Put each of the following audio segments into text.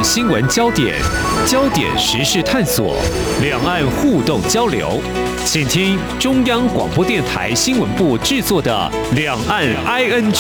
岸新闻焦点，焦点时事探索，两岸互动交流。请听中央广播电台新闻部制作的《两岸 ING》。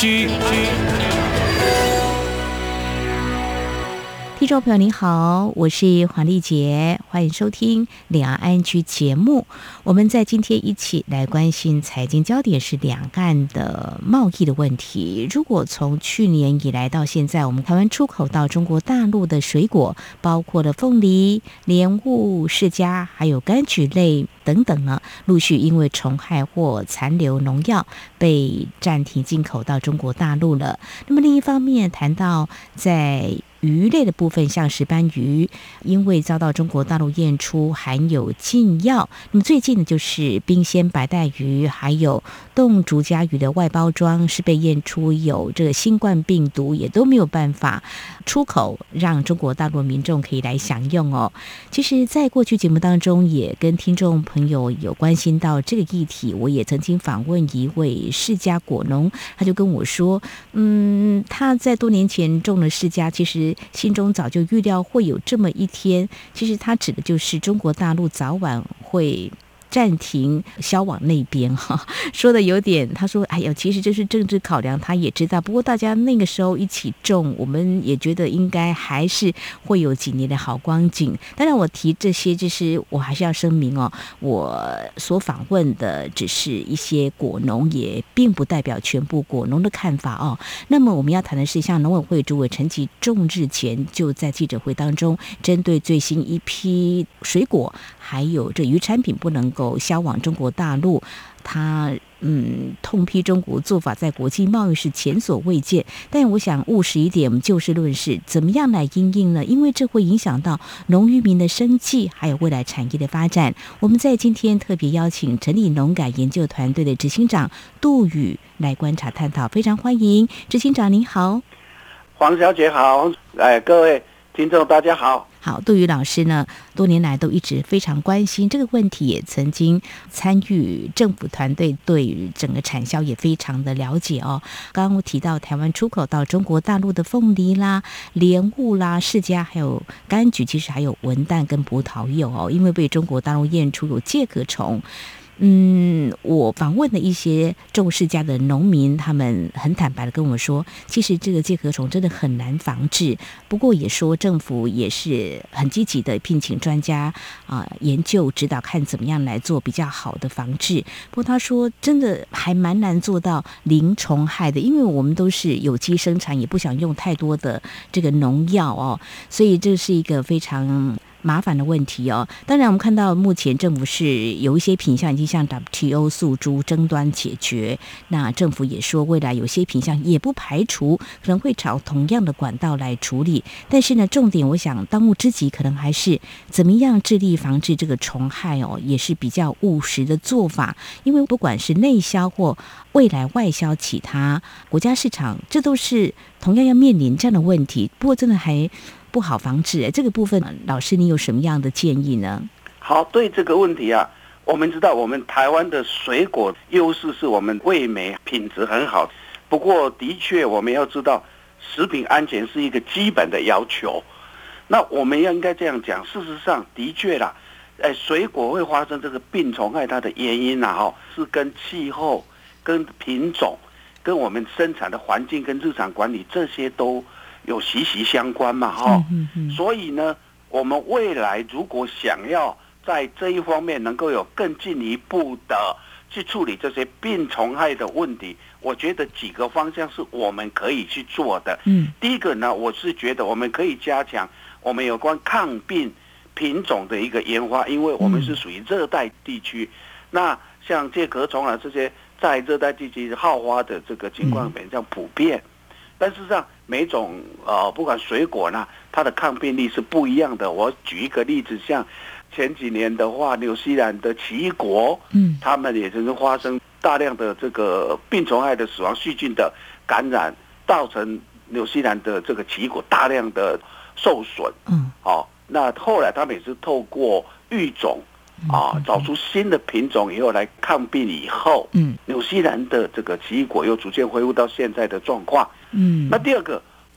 听众朋友您好，我是黄丽杰，欢迎收听两岸居节目。我们在今天一起来关心财经焦点是两岸的贸易的问题。如果从去年以来到现在，我们台湾出口到中国大陆的水果，包括了凤梨、莲雾、释迦，还有柑橘类等等呢，陆续因为虫害或残留农药被暂停进口到中国大陆了。那么另一方面，谈到在鱼类的部分，像石斑鱼，因为遭到中国大陆验出含有禁药。那么最近呢，就是冰鲜白带鱼，还有冻竹荚鱼的外包装是被验出有这个新冠病毒，也都没有办法出口，让中国大陆民众可以来享用哦。其实，在过去节目当中，也跟听众朋友有关心到这个议题，我也曾经访问一位释迦果农，他就跟我说，他在多年前种了释迦，其实心中早就预料会有这么一天，其实他指的就是中国大陆早晚会暂停销往那边哈，说的有点，他说哎呀，其实这是政治考量，他也知道，不过大家那个时候一起种，我们也觉得应该还是会有几年的好光景。当然我提这些，就是我还是要声明哦，我所访问的只是一些果农，也并不代表全部果农的看法哦。那么我们要谈的是，像农委会主委陈吉仲日前就在记者会当中，针对最新一批水果还有这鱼产品不能够销往中国大陆，他痛批中国做法在国际贸易是前所未见。但我想务实一点，我们就事论事，怎么样来因应呢？因为这会影响到农渔民的生计，还有未来产业的发展。我们在今天特别邀请成立农改研究团队的执行长杜宇来观察探讨，非常欢迎执行长，您好。 黄小姐好，各位听众大家好。 好，杜宇老师呢，多年来都一直非常关心这个问题，也曾经参与政府团队对于整个产销也非常的了解哦。刚刚我提到台湾出口到中国大陆的凤梨啦、莲雾啦、释迦还有柑橘，其实还有文旦跟葡萄柚哦，因为被中国大陆验出有介壳虫。我访问的一些种释迦的农民，他们很坦白的跟我说，其实这个介壳虫真的很难防治。不过也说政府也是很积极的聘请专家研究指导，看怎么样来做比较好的防治。不过他说真的还蛮难做到零虫害的，因为我们都是有机生产，也不想用太多的这个农药哦，所以这是一个非常麻烦的问题哦。当然我们看到目前政府是有一些品项已经向 WTO 诉诸争端解决，那政府也说未来有些品项也不排除可能会朝同样的管道来处理。但是呢，重点我想当务之急可能还是怎么样致力防治这个虫害哦，也是比较务实的做法。因为不管是内销或未来外销其他国家市场，这都是同样要面临这样的问题。不过真的还不好防治，这个部分老师你有什么样的建议呢？ 好，对这个问题啊，我们知道我们台湾的水果优势是我们味美品质很好，不过的确我们要知道食品安全是一个基本的要求。那我们应该这样讲，事实上的确啦，水果会发生这个病虫害，它的原因是跟气候、跟品种、跟我们生产的环境、跟日常管理这些都有息息相关嘛，所以呢，我们未来如果想要在这一方面能够有更进一步的去处理这些病虫害的问题，我觉得几个方向是我们可以去做的。第一个呢，我是觉得我们可以加强我们有关抗病品种的一个研发，因为我们是属于热带地区，那像介壳虫这些在热带地区好发的这个情况比较普遍。但事实上每种不管水果呢，它的抗病力是不一样的。我举一个例子，像前几年的话，纽西兰的奇异果，他们也就是发生大量的这个病虫害的死亡细菌的感染，造成纽西兰的这个奇异果大量的受损。那后来他们也是透过育种找出新的品种以后来抗病以后，纽西兰的这个奇异果又逐渐恢复到现在的状况。那第二个，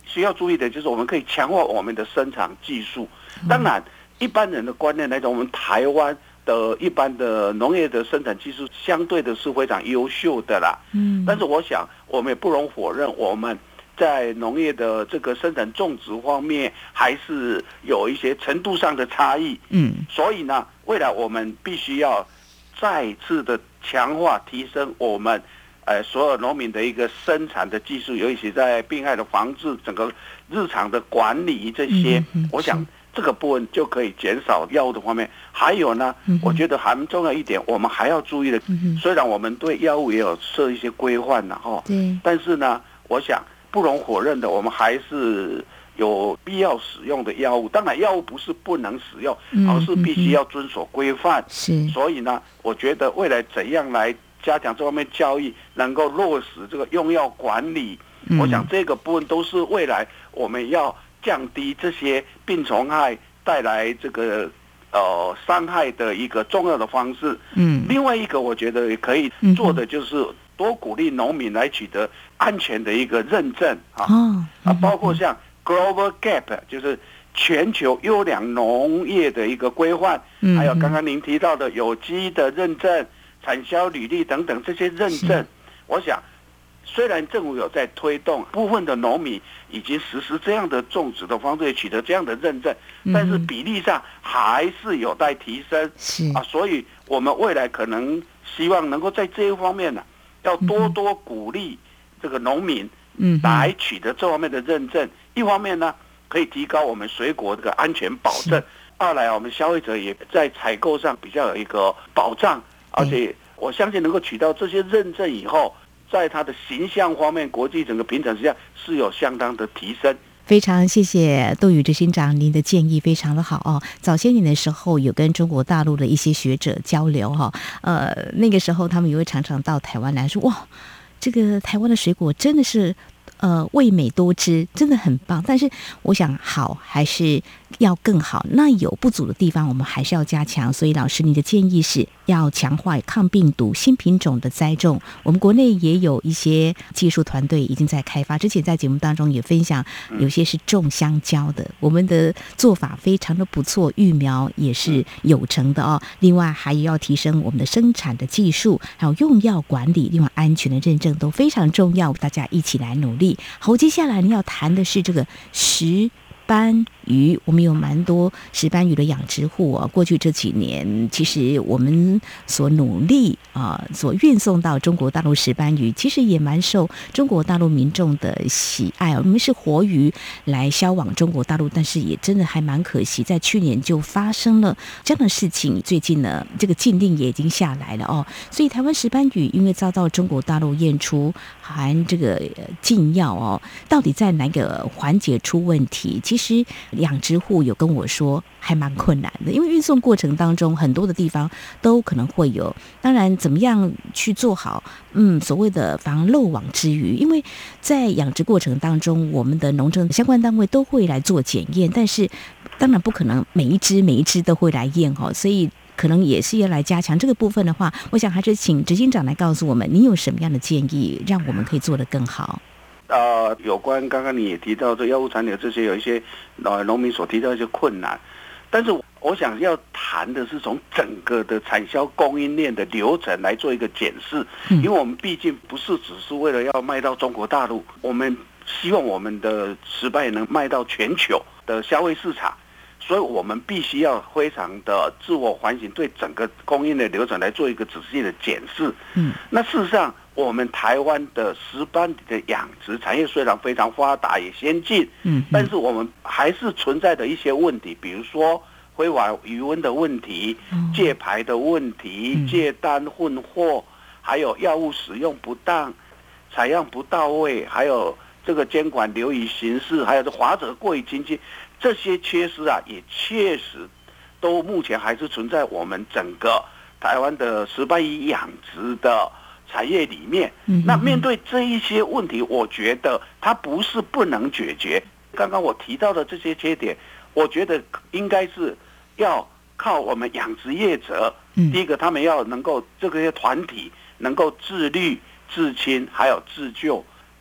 需要注意的就是我们可以强化我们的生产技术。当然一般人的观念来讲，我们台湾的一般的农业的生产技术相对的是非常优秀的啦。但是我想我们也不容否认，我们在农业的这个生产种植方面还是有一些程度上的差异。所以呢，未来我们必须要再次的强化提升我们所有农民的一个生产的技术，尤其在病害的防治、整个日常的管理这些，我想这个部分就可以减少药物的方面。还有呢，我觉得还重要一点，我们还要注意的，虽然我们对药物也有设一些规范但是呢，我想不容否认的，我们还是有必要使用的药物。当然药物不是不能使用，而是必须要遵守规范。所以呢，我觉得未来怎样来加强这方面教育，能够落实这个用药管理，我想这个部分都是未来我们要降低这些病虫害带来这个伤害的一个重要的方式。另外一个我觉得也可以做的就是多鼓励农民来取得安全的一个认证包括像 Global Gap， 就是全球优良农业的一个规范，还有刚刚您提到的有机的认证、产销履历等等这些认证。我想虽然政府有在推动，部分的农民已经实施这样的种植的方式，取得这样的认证，但是比例上还是有待提升。所以我们未来可能希望能够在这一方面呢，要多多鼓励这个农民来取得这方面的认证。一方面呢，可以提高我们水果的安全保证；二来我们消费者也在采购上比较有一个保障，而且我相信能够取到这些认证以后，在它的形象方面，国际整个平等之下是有相当的提升。 非常谢谢杜宇执行长，您的建议非常的好哦。早些年的时候有跟中国大陆的一些学者交流那个时候他们也会常常到台湾来说，哇，这个台湾的水果真的是味美多汁，真的很棒。但是我想好还是要更好，那有不足的地方我们还是要加强。所以老师，你的建议是要强化抗病毒新品种的栽种。我们国内也有一些技术团队已经在开发，之前在节目当中也分享，有些是种香蕉的，我们的做法非常的不错，育苗也是有成的另外还要提升我们的生产的技术，还有用药管理，另外安全的认证都非常重要，大家一起来努力。好，接下来你要谈的是这个石斑鱼，我们有蛮多石斑鱼的养殖户过去这几年，其实我们所努力所运送到中国大陆石斑鱼，其实也蛮受中国大陆民众的喜爱我们是活鱼来销往中国大陆，但是也真的还蛮可惜，在去年就发生了这样的事情。最近呢，这个禁令也已经下来了所以台湾石斑鱼因为遭到中国大陆验出含这个禁药到底在哪个环节出问题？其实养殖户有跟我说还蛮困难的，因为运送过程当中很多的地方都可能会有，当然怎么样去做好所谓的防漏网之鱼，因为在养殖过程当中我们的农政相关单位都会来做检验，但是当然不可能每一只都会来验所以可能也是要来加强这个部分的话，我想还是请执行长来告诉我们，你有什么样的建议让我们可以做得更好。 有关刚刚你也提到这药物残留这些，有一些农民所提到一些困难，但是我想要谈的是从整个的产销供应链的流程来做一个检视，因为我们毕竟不是只是为了要卖到中国大陆，我们希望我们的石斑也能卖到全球的消费市场，所以我们必须要非常的自我反省，对整个供应的流程来做一个仔细的检视。那事实上我们台湾的石斑的养殖产业虽然非常发达也先进，但是我们还是存在的一些问题，比如说非法渔温的问题、借牌的问题、借单混货，还有药物使用不当、采样不到位，还有这个监管流于形式，还有这华者过于经济，这些缺失也确实都目前还是存在我们整个台湾的石斑鱼养殖的产业里面。那面对这一些问题，我觉得它不是不能解决。刚刚我提到的这些缺点，我觉得应该是要靠我们养殖业者，第一个他们要能够这些团体能够自律、自清还有自救。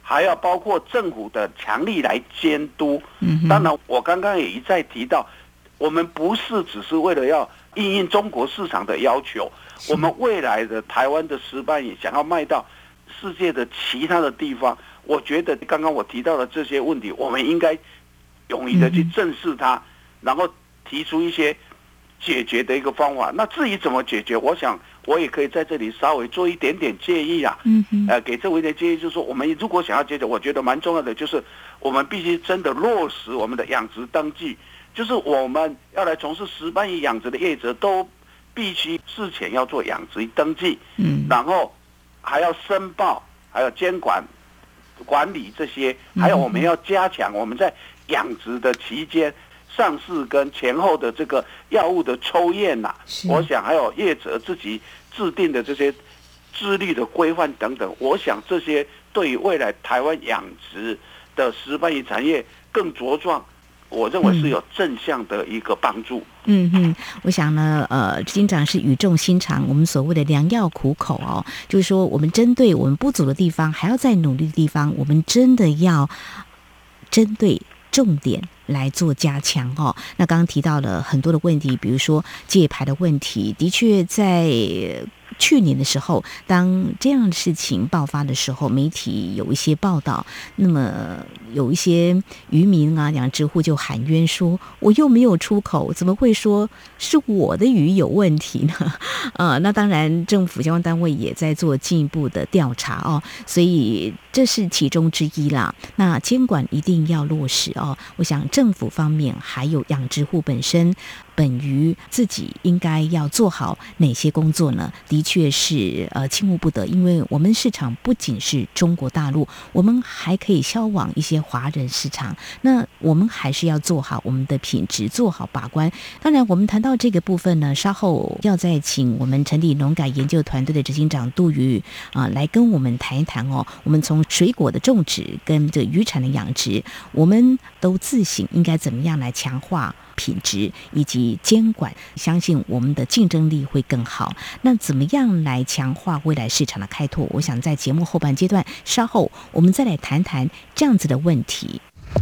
还要包括政府的强力来监督。当然我刚刚也一再提到，我们不是只是为了要因应中国市场的要求，我们未来的台湾的石斑鱼想要卖到世界的其他的地方，我觉得刚刚我提到的这些问题，我们应该勇于的去正视它，然后提出一些解决的一个方法。那至于怎么解决，我想我也可以在这里稍微做一点点建议啊。给这位的建议就是说，我们如果想要解决，我觉得蛮重要的，就是我们必须真的落实我们的养殖登记，就是我们要来从事石斑鱼养殖的业者都必须事前要做养殖登记，然后还要申报，还有监管理这些，还有我们要加强我们在养殖的期间上市跟前后的这个药物的抽验我想还有业者自己制定的这些自律的规范等等，我想这些对于未来台湾养殖的石斑鱼产业更茁壮，我认为是有正向的一个帮助。 我想呢，执行长是语重心长，我们所谓的良药苦口哦，就是说我们针对我们不足的地方，还要再努力的地方，我们真的要针对重点来做加强哦。那刚刚提到了很多的问题，比如说戒牌的问题，的确在去年的时候，当这样的事情爆发的时候，媒体有一些报道，那么有一些渔民啊、养殖户就喊冤说，我又没有出口，怎么会说是我的鱼有问题呢？那当然政府相关单位也在做进一步的调查哦，所以这是其中之一啦。那监管一定要落实哦，我想政府方面还有养殖户本身本于自己应该要做好哪些工作呢？的确是轻忽不得，因为我们市场不仅是中国大陆，我们还可以销往一些华人市场，那我们还是要做好我们的品质，做好把关。当然我们谈到这个部分呢，稍后要再请我们成立农改研究团队的执行长杜宇来跟我们谈一谈哦。我们从水果的种植跟这渔产的养殖，我们都自省应该怎么样来强化品质以及监管，相信我们的竞争力会更好。那怎么样来强化未来市场的开拓？我想在节目后半阶段，稍后我们再来谈谈这样子的问题。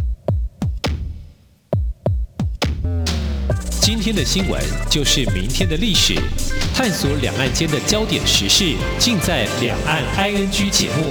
今天的新闻就是明天的历史，探索两岸间的焦点时事，尽在两岸 ING 节目。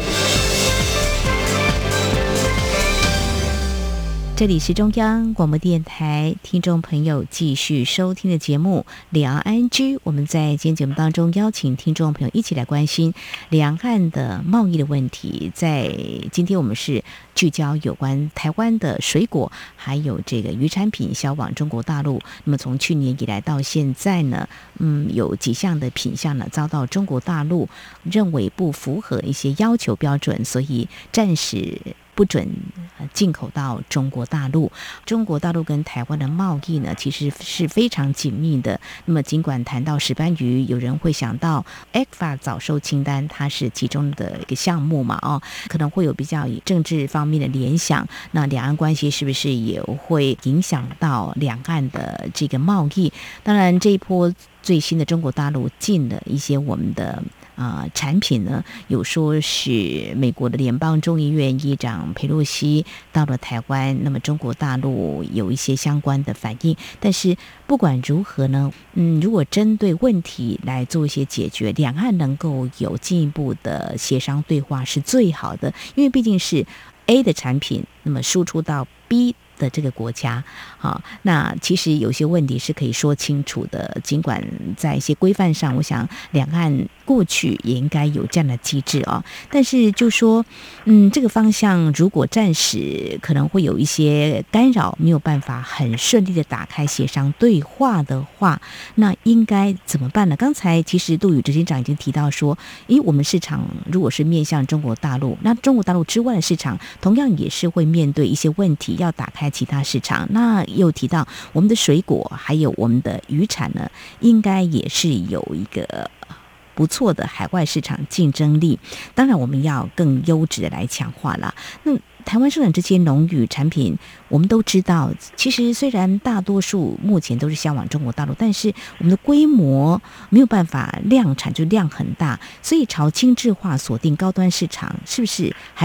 这里是中央广播电台，听众朋友继续收听的节目两岸 ING。我们在今天节目当中邀请听众朋友一起来关心两岸的贸易的问题。在今天我们是聚焦有关台湾的水果还有这个渔产品销往中国大陆。那么从去年以来到现在呢，有几项的品项呢遭到中国大陆认为不符合一些要求标准，所以暂时不准进口到中国大陆。中国大陆跟台湾的贸易呢，其实是非常紧密的。那么尽管谈到石斑鱼，有人会想到 ECFA 早收清单，它是其中的一个项目嘛，可能会有比较政治方面的联想。那两岸关系是不是也会影响到两岸的这个贸易？当然，这一波最新的中国大陆进了一些我们的产品呢，有说是美国的联邦众议院议长佩洛西到了台湾，那么中国大陆有一些相关的反应。但是不管如何呢，如果针对问题来做一些解决，两岸能够有进一步的协商对话是最好的，因为毕竟是 A 的产品，那么输出到 B的这个国家，那其实有些问题是可以说清楚的。尽管在一些规范上，我想两岸过去也应该有这样的机制但是就说，这个方向如果暂时可能会有一些干扰，没有办法很顺利的打开协商对话的话，那应该怎么办呢？刚才其实杜宇执行长已经提到说，我们市场如果是面向中国大陆，那中国大陆之外的市场同样也是会面对一些问题，要打开其他市场。那又提到我们的水果还有我们的渔产呢，应该也是有一个不错的海外市场竞争力。当然我们要更优质的来强化啦。那台湾生产这些农渔产品，我们都知道，其实虽然大多数目前都是销往中国大陆，但是我们的规模没有办法量产，就量很大，所以朝精致化锁定高端市场，是不是还是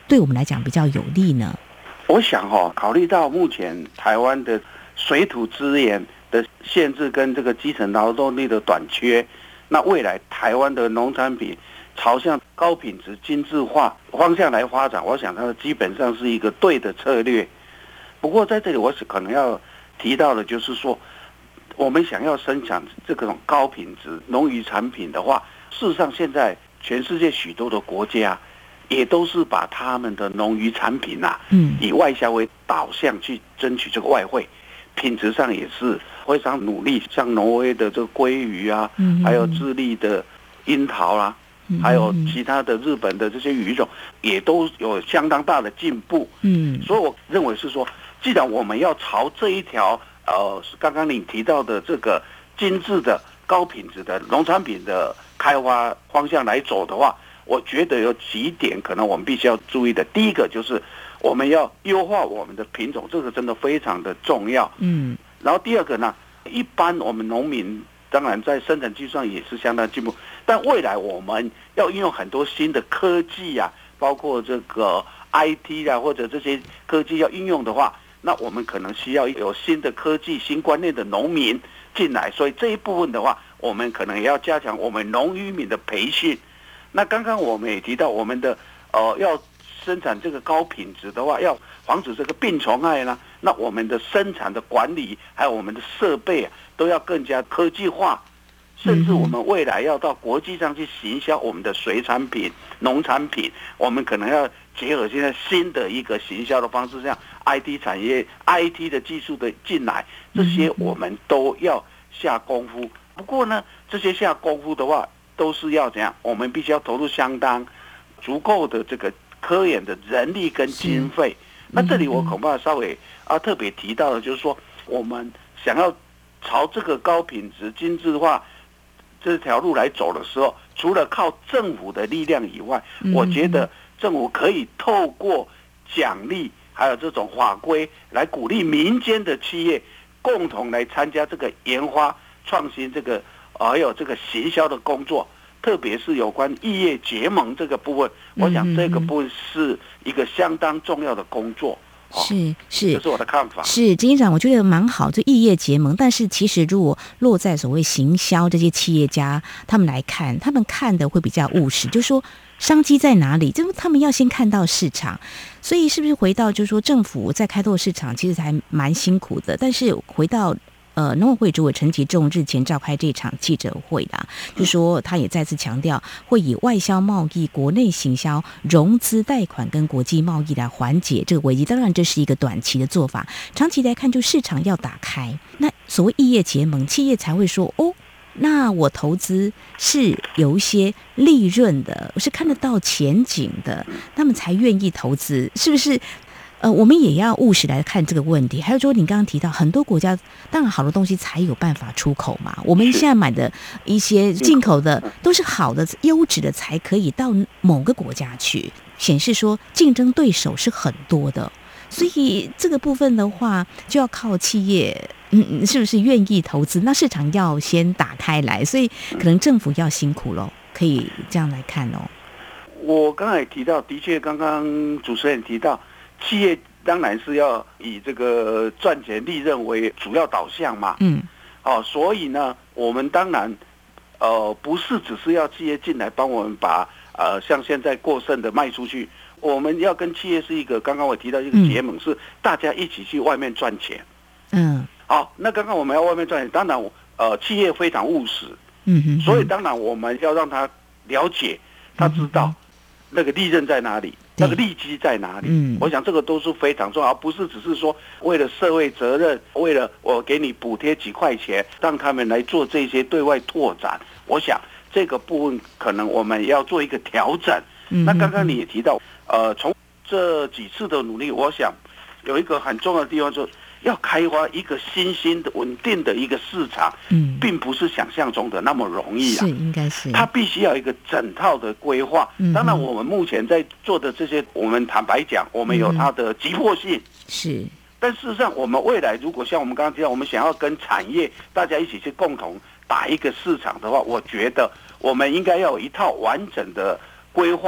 对我们来讲比较有利呢？ 我想考虑到目前台湾的水土资源的限制跟这个基层劳动力的短缺，那未来台湾的农产品朝向高品质精致化方向来发展，我想它基本上是一个对的策略。不过在这里我是可能要提到的就是说，我们想要生产这种高品质农渔产品的话，事实上现在全世界许多的国家也都是把他们的农渔产品以外销为导向去争取这个外汇，品质上也是非常努力，像挪威的这个鲑鱼啊，还有智利的樱桃啦，还有其他的日本的这些鱼种，也都有相当大的进步。所以我认为是说，既然我们要朝这一条刚刚你提到的这个精致的高品质的农产品的开发方向来走的话，我觉得有几点可能我们必须要注意的。第一个就是我们要优化我们的品种，这个真的非常的重要。然后第二个呢，一般我们农民当然在生产技术上也是相当进步，但未来我们要运用很多新的科技啊，包括这个 IT 啊，或者这些科技要应用的话，那我们可能需要有新的科技、新观念的农民进来。所以这一部分的话，我们可能也要加强我们农渔民的培训。那刚刚我们也提到，我们的要生产这个高品质的话，要防止这个病虫害呢，那我们的生产的管理还有我们的设备都要更加科技化，甚至我们未来要到国际上去行销我们的水产品、农产品，我们可能要结合现在新的一个行销的方式，像 IT 产业、IT 的技术的进来，这些我们都要下功夫。不过呢，这些下功夫的话，都是要怎样？我们必须要投入相当足够的这个科研的人力跟经费。那这里我恐怕稍微特别提到的就是说，我们想要朝这个高品质精致化这条路来走的时候，除了靠政府的力量以外，我觉得政府可以透过奖励还有这种法规来鼓励民间的企业共同来参加这个研发创新这个还有这个行销的工作，特别是有关异业结盟这个部分，我想这个部分是一个相当重要的工作。 是， 这是我的看法。 是，执行长，我觉得蛮好，就异业结盟。但是其实如果落在所谓行销这些企业家他们来看，他们看的会比较务实，就是说商机在哪里，就是他们要先看到市场。所以是不是回到就是说政府在开拓市场其实还蛮辛苦的，但是回到农委会主委陈吉仲日前召开这场记者会啦，就说他也再次强调，会以外销贸易、国内行销、融资贷款跟国际贸易来缓解这个危机。当然，这是一个短期的做法，长期来看，就市场要打开，那所谓异业结盟，企业才会说哦，那我投资是有一些利润的，我是看得到前景的，他们才愿意投资，是不是？我们也要务实来看这个问题。还有说，你刚刚提到很多国家，当然好的东西才有办法出口嘛。我们现在买的一些进口的都是好的、优质的，才可以到某个国家去，显示说竞争对手是很多的。所以这个部分的话，就要靠企业，是不是愿意投资？那市场要先打开来，所以可能政府要辛苦咯，可以这样来看哦。 我刚才提到，的确，刚刚主持人提到。企业当然是要以这个赚钱利润为主要导向嘛，所以呢，我们当然不是只是要企业进来帮我们把像现在过剩的卖出去，我们要跟企业是一个刚刚我提到一个结盟，是大家一起去外面赚钱。好，那刚刚我们要外面赚钱，当然企业非常务实，所以当然我们要让他了解，他知道那个利润在哪里。那个利基在哪里？我想这个都是非常重要，而不是只是说为了社会责任，为了我给你补贴几块钱，让他们来做这些对外拓展。我想这个部分可能我们要做一个调整。那刚刚你也提到，从这几次的努力，我想有一个很重要的地方，就是要开发一个新兴的、稳定的一个市场，并不是想象中的那么容易啊。 是，应该是。 它必须要有一个整套的规划。当然，我们目前在做的这些，我们坦白讲，我们有它的急迫性。 是。 但事实上，我们未来如果像我们刚刚提到，我们想要跟产业大家一起去共同打一个市场的话，我觉得我们应该要有一套完整的规划，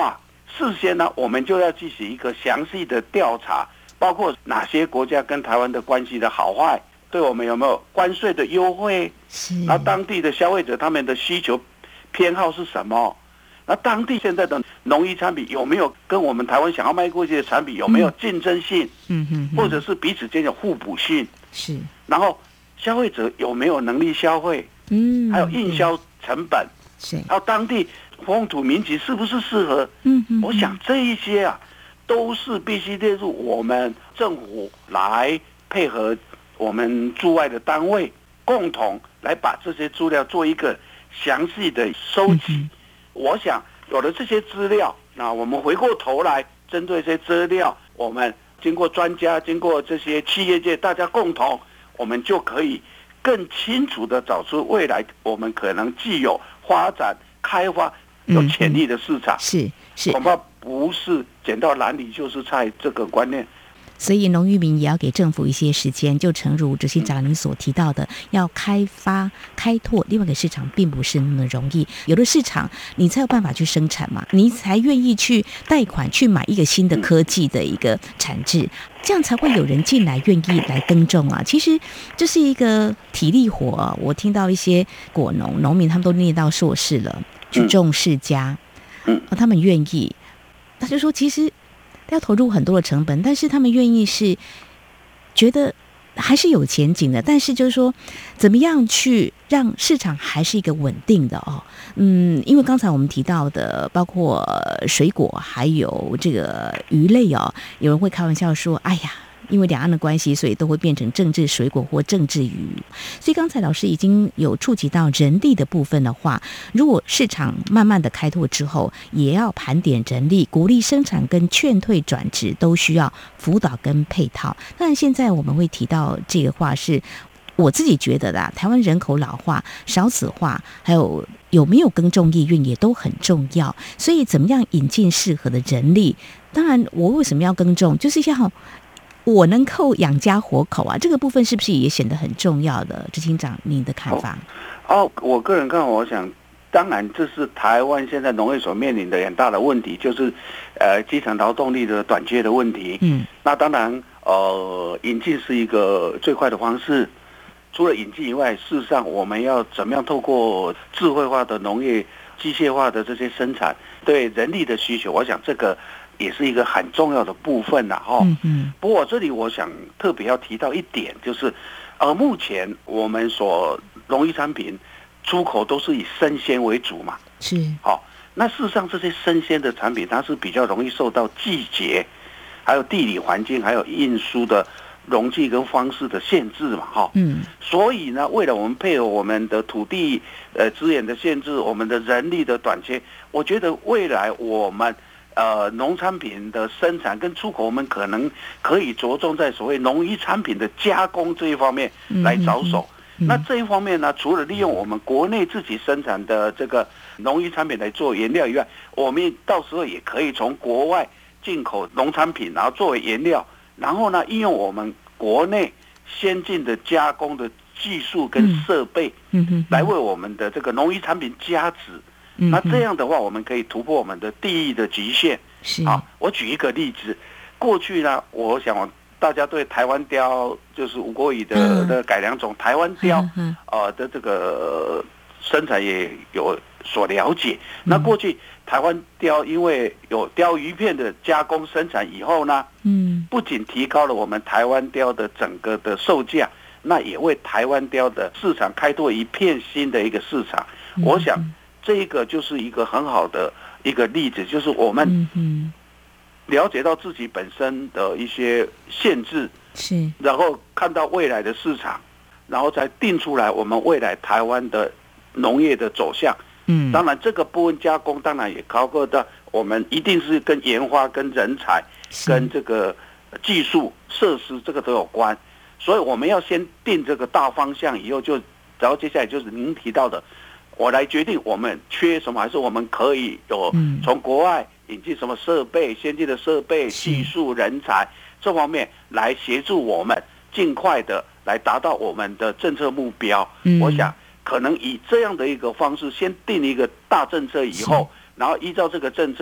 事先呢，我们就要进行一个详细的调查，包括哪些国家跟台湾的关系的好坏，对我们有没有关税的优惠，那当地的消费者他们的需求偏好是什么？那当地现在的农渔产品有没有跟我们台湾想要卖过去的产品有没有竞争性？或者是彼此间有互补性？ 是。 然后消费者有没有能力消费？还有应销成本，还有当地风土民情是不是适合？我想这一些啊，都是必须列入我们政府来配合我们驻外的单位，共同来把这些资料做一个详细的收集。我想有了这些资料，那我们回过头来针对这些资料，我们经过专家，经过这些企业界大家共同，我们就可以更清楚的找出未来我们可能具有发展开发有潜力的市场。是，恐怕不是捡到篮里就是菜这个观念。 所以农渔民也要给政府一些时间，就诚如执行长您所提到的，要开发开拓另外一个市场并不是那么容易，有的市场你才有办法去生产嘛，你才愿意去贷款去买一个新的科技的一个产制，这样才会有人进来愿意来耕种啊。其实这是一个体力活啊，我听到一些果农民他们都念到硕士了，去种释迦，他们愿意，他就说其实要投入很多的成本，但是他们愿意是觉得还是有前景的，但是就是说怎么样去让市场还是一个稳定的哦。因为刚才我们提到的包括水果还有这个鱼类哦，有人会开玩笑说哎呀，因为两岸的关系，所以都会变成政治水果或政治鱼。所以刚才老师已经有触及到人力的部分的话，如果市场慢慢的开拓之后，也要盘点人力，鼓励生产跟劝退转职都需要辅导跟配套。当然现在我们会提到这个话是我自己觉得啦，台湾人口老化、少子化，还有没有耕种意愿也都很重要。所以怎么样引进适合的人力？当然我为什么要耕种，就是要我能够养家活口啊，这个部分是不是也显得很重要的？执行长，您的看法？ 我个人看，我想，当然这是台湾现在农业所面临的很大的问题，就是基层劳动力的短缺的问题。那当然引进是一个最快的方式。除了引进以外，事实上我们要怎么样透过智慧化的农业、机械化的这些生产，对人力的需求，我想这个也是一个很重要的部分啦。不过这里我想特别要提到一点，就是目前我们所农渔产品出口都是以生鲜为主嘛。是。那事实上这些生鲜的产品，它是比较容易受到季节、还有地理环境、还有运输的容器跟方式的限制嘛。所以呢，为了我们配合我们的土地资源的限制，我们的人力的短缺，我觉得未来我们农产品的生产跟出口，我们可能可以着重在所谓农渔产品的加工这一方面来着手。那这一方面呢，除了利用我们国内自己生产的这个农渔产品来做原料以外，我们到时候也可以从国外进口农产品，然后作为原料，然后呢，应用我们国内先进的加工的技术跟设备，来为我们的这个农渔产品加值。那这样的话，我们可以突破我们的地域的极限。我举一个例子，过去呢，我想大家对台湾雕，就是吴国宇的改良种台湾雕的这个生产也有所了解。那过去台湾雕因为有鲷鱼片的加工生产以后呢，不仅提高了我们台湾雕的整个的售价，那也为台湾雕的市场开拓一片新的一个市场。我想这个就是一个很好的一个例子，就是我们了解到自己本身的一些限制，然后看到未来的市场，然后再定出来我们未来台湾的农业的走向。当然这个部分加工当然也包括到我们一定是跟研发、跟人才、跟这个技术设施这个都有关，所以我们要先定这个大方向，以后然后接下来就是您提到的，我来决定我们缺什么，还是我们可以有从国外引进什么设备、先进的设备、技术、人才这方面来协助我们尽快的来达到我们的政策目标。我想可能以这样的一个方式，先定一个大政策以后，然后依照这个政策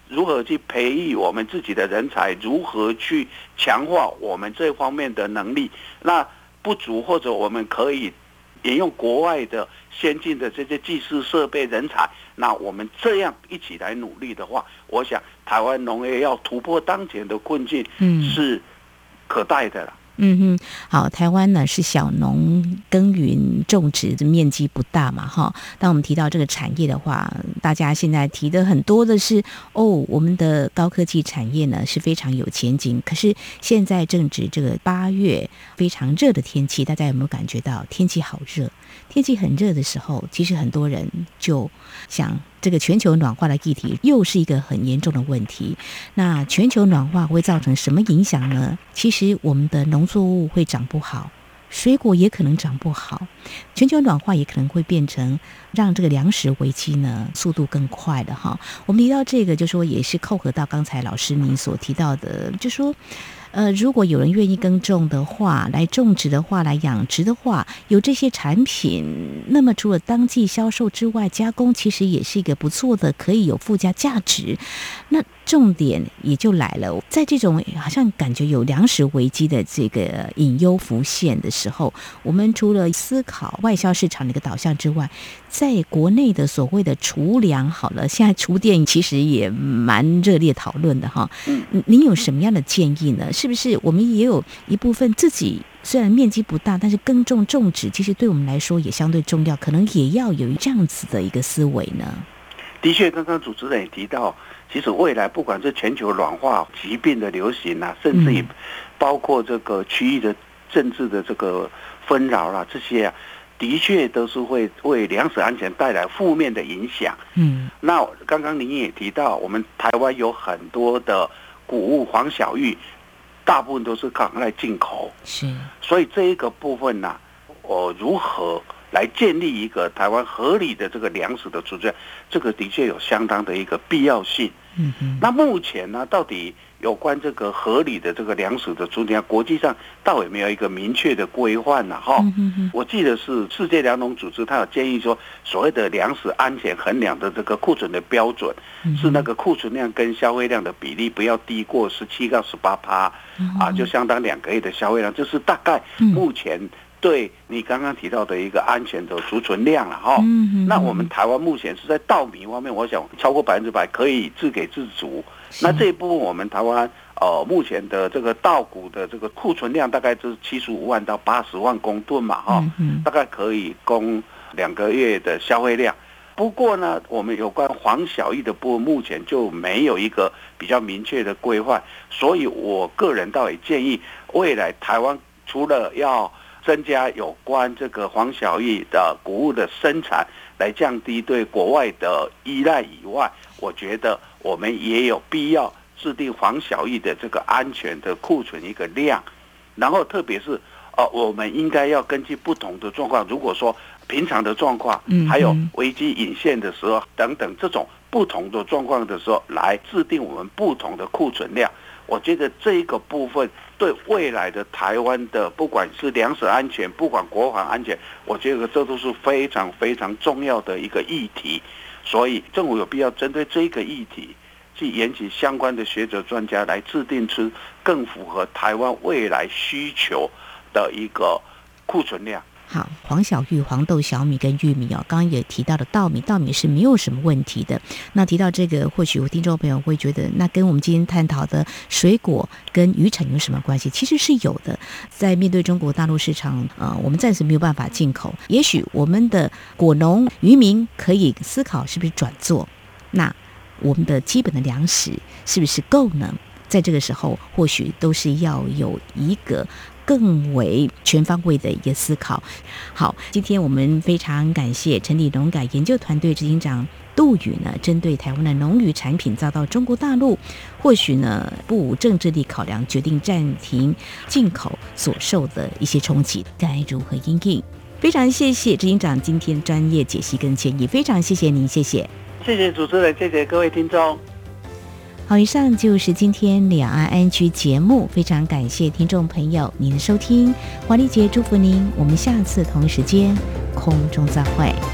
如何去培育我们自己的人才，如何去强化我们这方面的能力。那不足或者我们可以沿用国外的先进的这些技术设备人才，那我们这样一起来努力的话，我想台湾农业要突破当前的困境是可待的了。 好，台湾呢是小农耕耘种植的面积不大嘛，哈。当我们提到这个产业的话，大家现在提的很多的是我们的高科技产业呢是非常有前景。可是现在正值这个8月非常热的天气，大家有没有感觉到天气好热？天气很热的时候，其实很多人就想，这个全球暖化的议题又是一个很严重的问题。那全球暖化会造成什么影响呢？其实我们的农作物会长不好，水果也可能长不好，全球暖化也可能会变成让这个粮食危机呢速度更快的哈。我们提到这个，就说也是扣合到刚才老师您所提到的，就说如果有人愿意耕种的话，来种植的话，来养殖的话，有这些产品，那么除了当季销售之外，加工其实也是一个不错的，可以有附加价值。那重点也就来了，在这种好像感觉有粮食危机的这个隐忧浮现的时候，我们除了思考外销市场的一个导向之外，在国内的所谓的储粮，好了，现在厨电其实也蛮热烈讨论的哈。您有什么样的建议呢？是不是我们也有一部分自己虽然面积不大，但是耕种种植其实对我们来说也相对重要，可能也要有这样子的一个思维呢？ 的确，刚刚主持人也提到，其实未来不管是全球暖化、疾病的流行啊，甚至也包括这个区域的政治的这个纷扰啦，这些啊，的确都是会为粮食安全带来负面的影响。那刚刚您也提到，我们台湾有很多的谷物黄小玉，大部分都是靠来进口，所以这一个部分呢，如何来建立一个台湾合理的这个粮食的储存，这个的确有相当的一个必要性。那目前呢，到底有关这个合理的这个粮食的储存，国际上倒也没有一个明确的规范呢？我记得是世界粮农组织，他有建议说，所谓的粮食安全衡量的这个库存的标准，是那个库存量跟消费量的比例不要低过17到18%，就相当2个月的消费量，这是大概目前对你刚刚提到的一个安全的储存量了哈。那我们台湾目前是在稻米方面，我想超过100%可以自给自足。那这一部分我们台湾目前的这个稻谷的这个库存量大概就是75万到80万公吨嘛哈，大概可以供2个月的消费量。不过呢，我们有关黄小玉的部分，目前就没有一个比较明确的规范，所以我个人倒也建议，未来台湾除了要增加有关这个黄小玉的谷物的生产，来降低对国外的依赖以外，我觉得我们也有必要制定黄小玉的这个安全的库存一个量，然后特别是我们应该要根据不同的状况，如果说平常的状况，还有危机隐现的时候等等这种不同的状况的时候，来制定我们不同的库存量。我觉得这一个部分对未来的台湾的不管是粮食安全，不管国防安全，我觉得这都是非常非常重要的一个议题。所以政府有必要针对这个议题，去引起相关的学者专家来制定出更符合台湾未来需求的一个库存量。 好，黄小玉、黄豆、小米跟玉米刚刚也提到了稻米是没有什么问题的。那提到这个，或许我听众朋友会觉得，那跟我们今天探讨的水果跟渔产有什么关系？其实是有的。在面对中国大陆市场，我们暂时没有办法进口，也许我们的果农、渔民可以思考是不是转做，那我们的基本的粮食是不是够呢？在这个时候，或许都是要有一个更为全方位的一个思考。好，今天我们非常感谢成立农改研究团队执行长杜宇呢，针对台湾的农渔产品遭到中国大陆或许呢不无政治力考量，决定暂停进口所受的一些冲击，该如何因应？非常谢谢执行长今天专业解析跟建议，非常谢谢您，谢谢。 谢谢主持人，谢谢各位听众。 好，以上就是今天两岸安居节目，非常感谢听众朋友您的收听，华丽姐祝福您，我们下次同一时间空中再会。